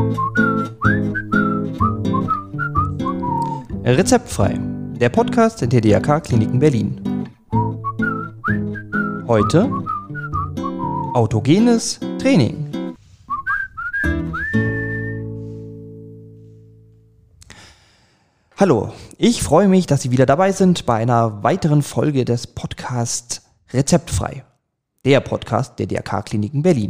Rezeptfrei, der Podcast der DRK-Kliniken Berlin. Heute autogenes Training. Hallo, ich freue mich, dass Sie wieder dabei sind bei einer weiteren Folge des Podcasts Rezeptfrei, der Podcast der DRK-Kliniken Berlin.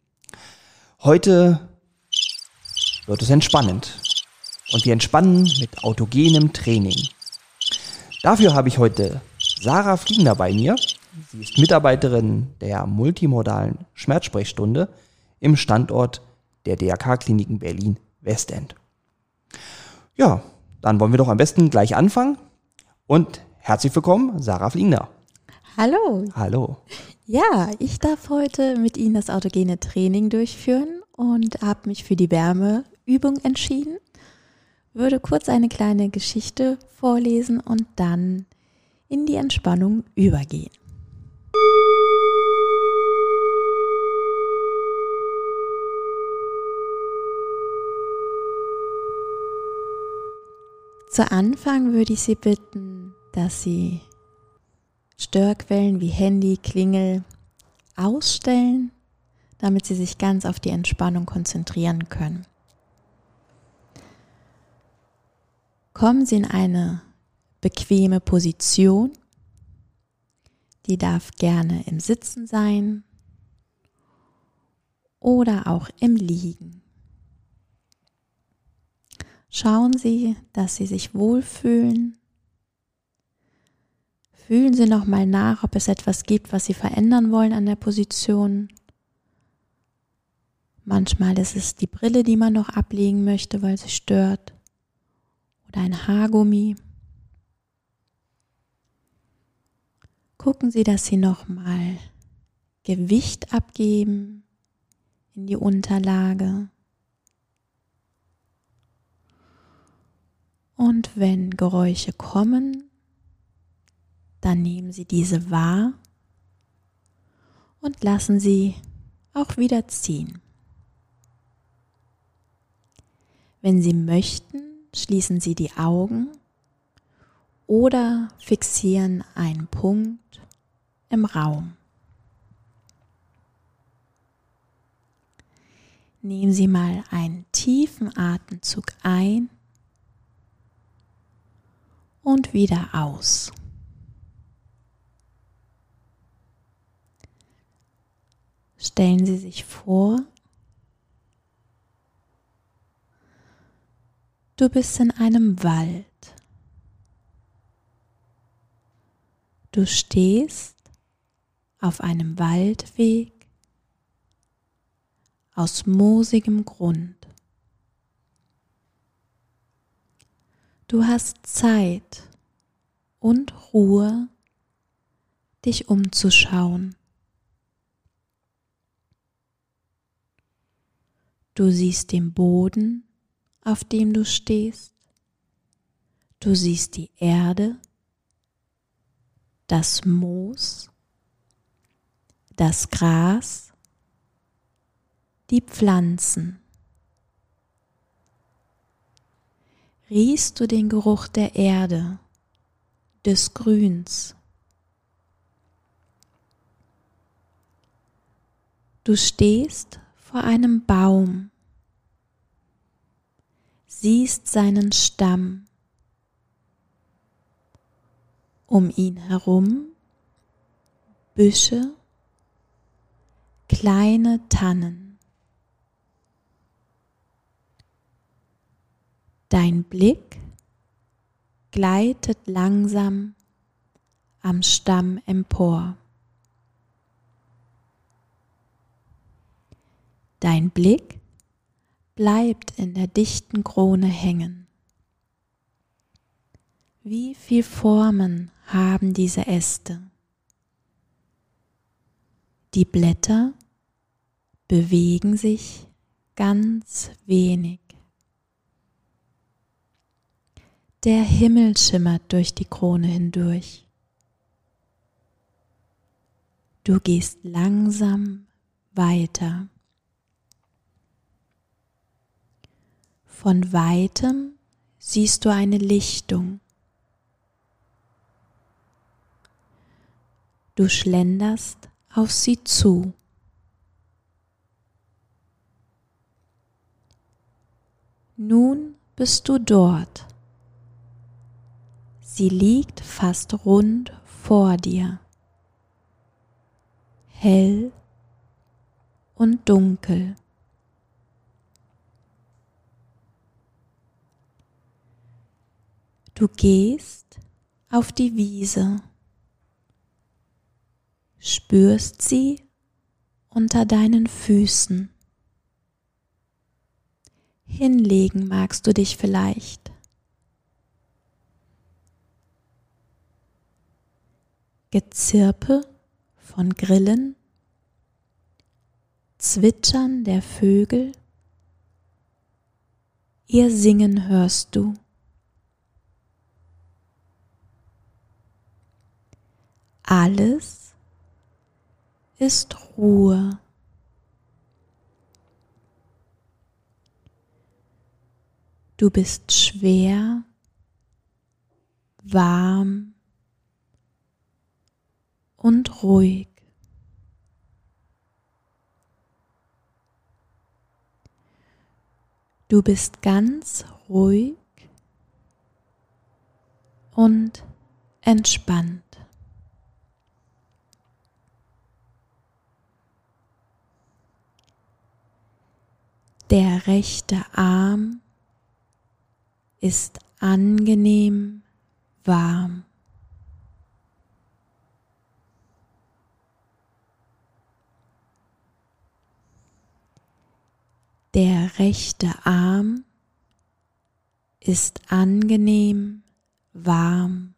Heute wird es entspannend und wir entspannen mit autogenem Training. Dafür habe ich heute Sarah Fliegender bei mir. Sie ist Mitarbeiterin der multimodalen Schmerzsprechstunde im Standort der DRK-Kliniken Berlin-Westend. Ja, dann wollen wir doch am besten gleich anfangen und herzlich willkommen, Sarah Fliegender. Hallo. Hallo. Ja, ich darf heute mit Ihnen das autogene Training durchführen und habe mich für die Wärmeübung entschieden. Würde kurz eine kleine Geschichte vorlesen und dann in die Entspannung übergehen. Zu Anfang würde ich Sie bitten, dass Sie Störquellen wie Handy, Klingel ausstellen, damit Sie sich ganz auf die Entspannung konzentrieren können. Kommen Sie in eine bequeme Position. Die darf gerne im Sitzen sein oder auch im Liegen. Schauen Sie, dass Sie sich wohlfühlen. Fühlen Sie nochmal nach, ob es etwas gibt, was Sie verändern wollen an der Position. Manchmal ist es die Brille, die man noch ablegen möchte, weil sie stört. Oder ein Haargummi. Gucken Sie, dass Sie nochmal Gewicht abgeben in die Unterlage. Und wenn Geräusche kommen, dann nehmen Sie diese wahr und lassen sie auch wieder ziehen. Wenn Sie möchten, schließen Sie die Augen oder fixieren einen Punkt im Raum. Nehmen Sie mal einen tiefen Atemzug ein und wieder aus. Stellen Sie sich vor, du bist in einem Wald. Du stehst auf einem Waldweg aus moosigem Grund. Du hast Zeit und Ruhe, dich umzuschauen. Du siehst den Boden, auf dem du stehst. Du siehst die Erde, das Moos, das Gras, die Pflanzen. Riechst du den Geruch der Erde, des Grüns? Du stehst vor einem Baum, siehst seinen Stamm, um ihn herum Büsche, kleine Tannen. Dein Blick gleitet langsam am Stamm empor. Dein Blick bleibt in der dichten Krone hängen. Wie viele Formen haben diese Äste? Die Blätter bewegen sich ganz wenig. Der Himmel schimmert durch die Krone hindurch. Du gehst langsam weiter. Von weitem siehst du eine Lichtung. Du schlenderst auf sie zu. Nun bist du dort. Sie liegt fast rund vor dir, hell und dunkel. Du gehst auf die Wiese, spürst sie unter deinen Füßen. Hinlegen magst du dich vielleicht. Gezirpe von Grillen, Zwitschern der Vögel, ihr Singen hörst du. Alles ist Ruhe. Du bist schwer, warm und ruhig. Du bist ganz ruhig und entspannt. Der rechte Arm ist angenehm warm. Der rechte Arm ist angenehm warm.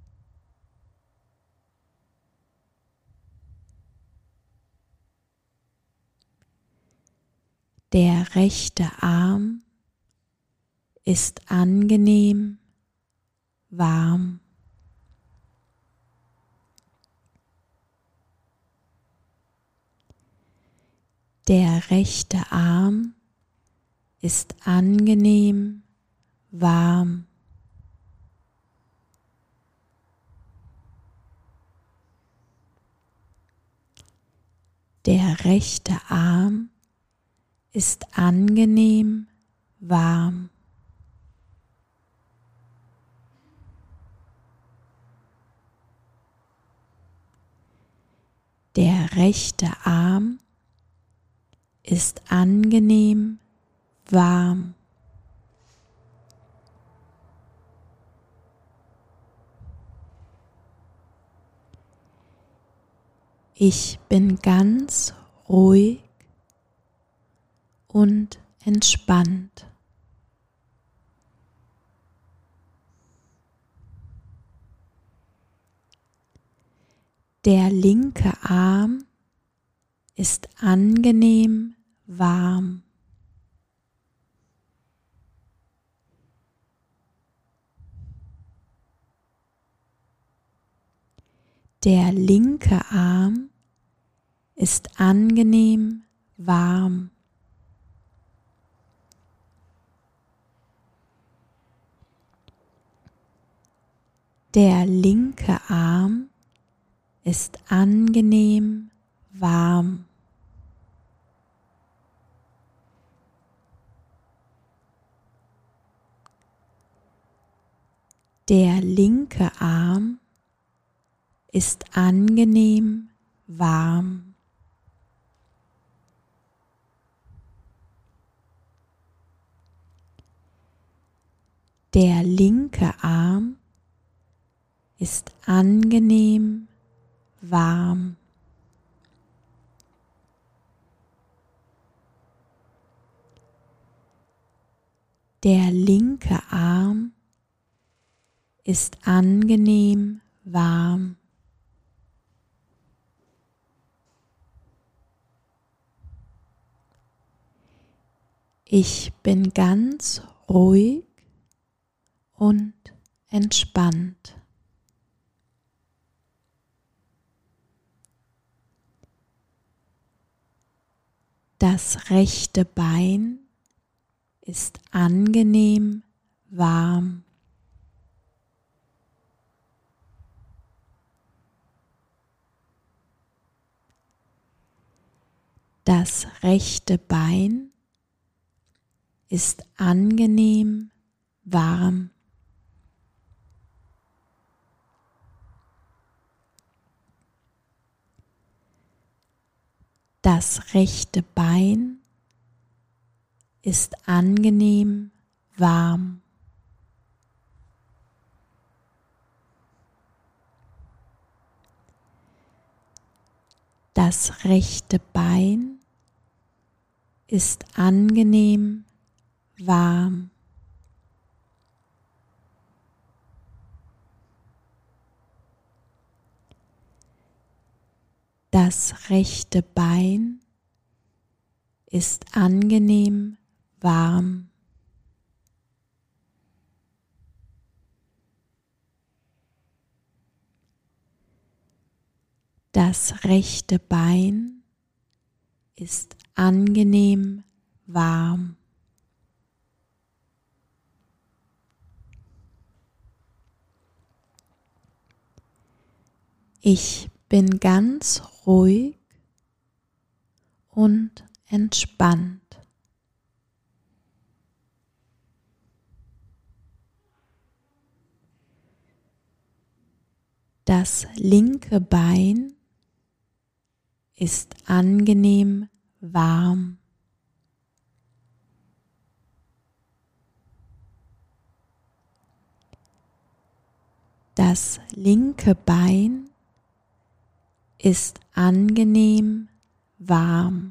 Der rechte Arm ist angenehm warm. Der rechte Arm ist angenehm warm. Der rechte Arm ist angenehm warm. Der rechte Arm ist angenehm warm. Ich bin ganz ruhig und entspannt. Der linke Arm ist angenehm warm. Der linke Arm ist angenehm warm. Der linke Arm ist angenehm warm. Der linke Arm ist angenehm warm. Der linke Arm ist angenehm warm. Der linke Arm ist angenehm warm. Ich bin ganz ruhig und entspannt. Das rechte Bein ist angenehm warm. Das rechte Bein ist angenehm warm. Das rechte Bein ist angenehm warm. Das rechte Bein ist angenehm warm. Das rechte Bein ist angenehm warm. Das rechte Bein ist angenehm warm. Ich bin ganz ruhig und entspannt. Das linke Bein ist angenehm warm. Das linke Bein ist angenehm warm.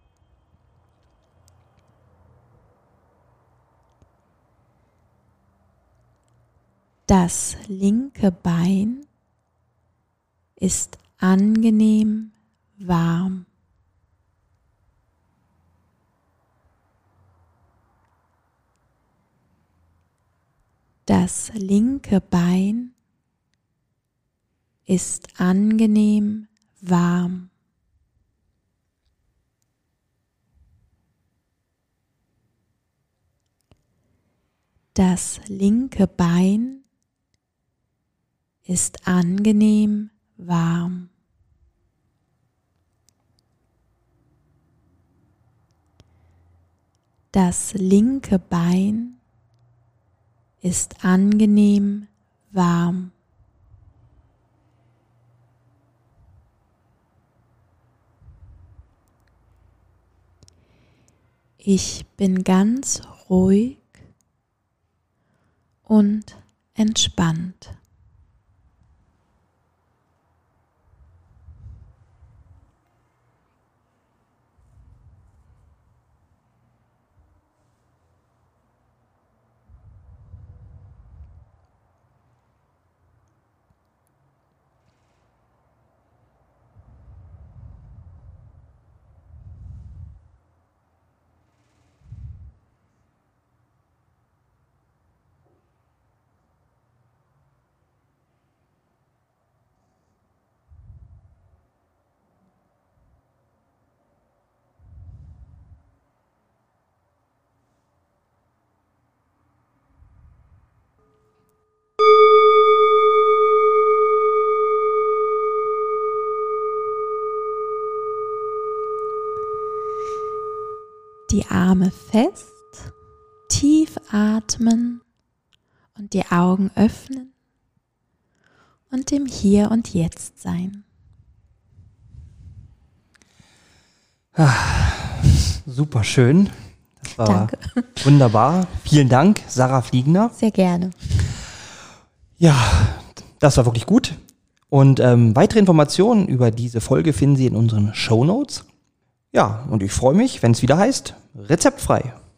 Das linke Bein ist angenehm warm. Das linke Bein ist angenehm warm. Das linke Bein ist angenehm warm. Das linke Bein ist angenehm warm. Ich bin ganz ruhig und entspannt. Die Arme fest, tief atmen und die Augen öffnen und im Hier und Jetzt sein. Super schön. Das war Danke. wunderbar. Vielen Dank, Sarah Fliegner. Sehr gerne. Ja, das war wirklich gut. Und weitere Informationen über diese Folge finden Sie in unseren Shownotes. Ja, und ich freue mich, wenn es wieder heißt, rezeptfrei.